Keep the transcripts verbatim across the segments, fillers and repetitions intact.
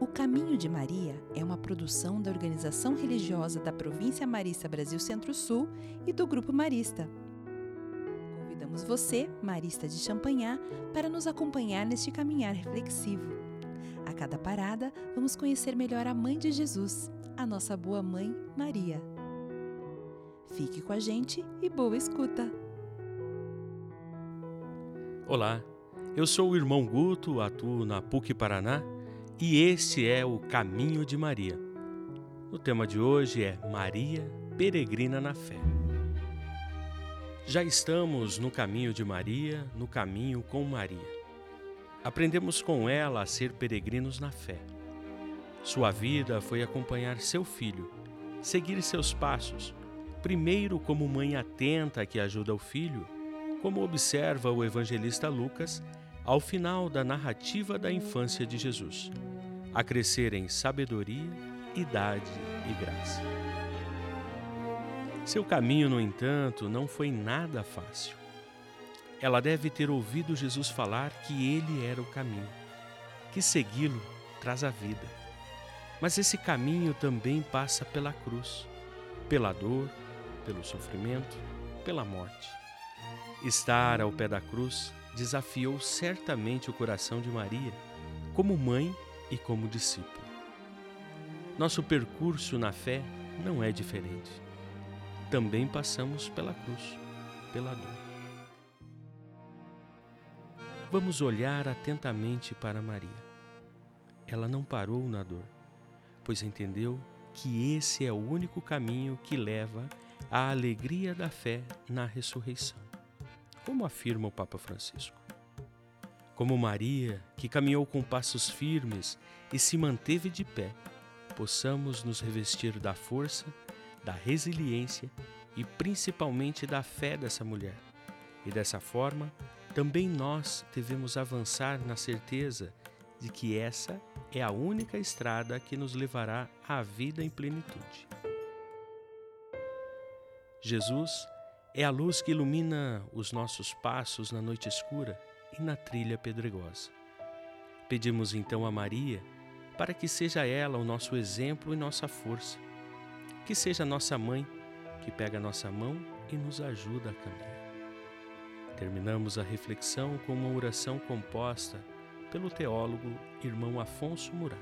O Caminho de Maria é uma produção da Organização Religiosa da Província Marista Brasil Centro-Sul e do Grupo Marista. Convidamos você, marista de Champanhar, para nos acompanhar neste caminhar reflexivo. A cada parada, vamos conhecer melhor a Mãe de Jesus, a nossa boa mãe, Maria. Fique com a gente e boa escuta! Olá, eu sou o irmão Guto, atuo na P U C Paraná e este é o Caminho de Maria. O tema de hoje é Maria, peregrina na fé. Já estamos no caminho de Maria, no caminho com Maria. Aprendemos com ela a ser peregrinos na fé. Sua vida foi acompanhar seu filho, seguir seus passos, primeiro como mãe atenta que ajuda o filho, como observa o evangelista Lucas, ao final da narrativa da infância de Jesus, a crescer em sabedoria, idade e graça. Seu caminho, no entanto, não foi nada fácil. Ela deve ter ouvido Jesus falar que ele era o caminho, que segui-lo traz a vida. Mas esse caminho também passa pela cruz, pela dor, pelo sofrimento, pela morte. Estar ao pé da cruz desafiou certamente o coração de Maria, como mãe e como discípula. Nosso percurso na fé não é diferente. Também passamos pela cruz, pela dor. Vamos olhar atentamente para Maria. Ela não parou na dor, pois entendeu que esse é o único caminho que leva à alegria da fé na ressurreição, como afirma o Papa Francisco. Como Maria, que caminhou com passos firmes e se manteve de pé, possamos nos revestir da força, da resiliência e principalmente da fé dessa mulher. E dessa forma, também nós devemos avançar na certeza de que essa é a única estrada que nos levará à vida em plenitude. Jesus é a luz que ilumina os nossos passos na noite escura e na trilha pedregosa. Pedimos então a Maria para que seja ela o nosso exemplo e nossa força, que seja nossa mãe, que pega a nossa mão e nos ajuda a caminhar. Terminamos a reflexão com uma oração composta pelo teólogo irmão Afonso Murad.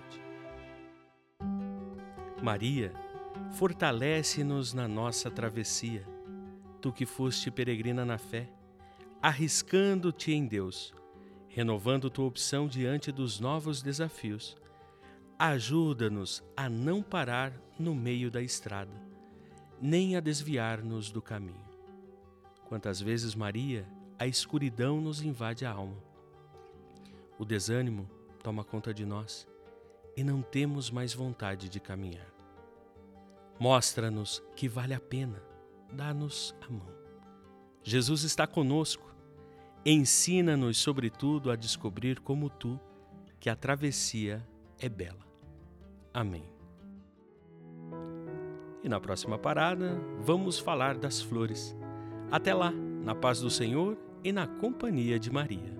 Maria, fortalece-nos na nossa travessia, tu que foste peregrina na fé, arriscando-te em Deus, renovando tua opção diante dos novos desafios. Ajuda-nos a não parar no meio da estrada, nem a desviar-nos do caminho. Quantas vezes, Maria, a escuridão nos invade a alma. O desânimo toma conta de nós e não temos mais vontade de caminhar. Mostra-nos que vale a pena, dá-nos a mão. Jesus está conosco. Ensina-nos, sobretudo, a descobrir como tu, que a travessia é bela. Amém. E na próxima parada, vamos falar das flores. Até lá, na paz do Senhor e na companhia de Maria.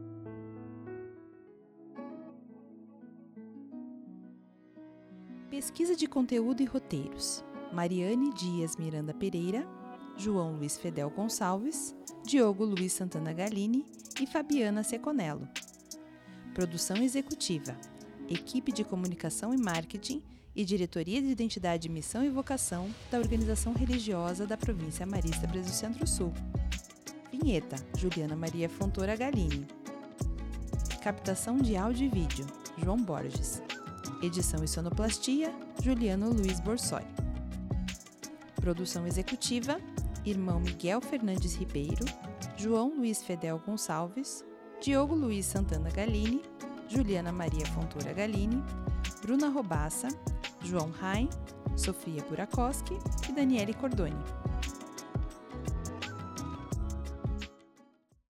Pesquisa de conteúdo e roteiros: Mariane Dias Miranda Pereira, João Luiz Fedel Gonçalves, Diogo Luiz Santana Galini e Fabiana Seconello. Produção executiva: Equipe de Comunicação e Marketing e Diretoria de Identidade, Missão e Vocação da Organização Religiosa da Província Marista Brasil Centro-Sul. Vinheta: Juliana Maria Fontoura Galini. Captação de áudio e vídeo: João Borges. Edição e sonoplastia: Juliano Luiz Borsoi. Produção executiva: Irmão Miguel Fernandes Ribeiro, João Luiz Fedel Gonçalves, Diogo Luiz Santana Galini, Juliana Maria Fontoura Galini, Bruna Robassa, João Rain, Sofia Burakoski e Daniele Cordoni.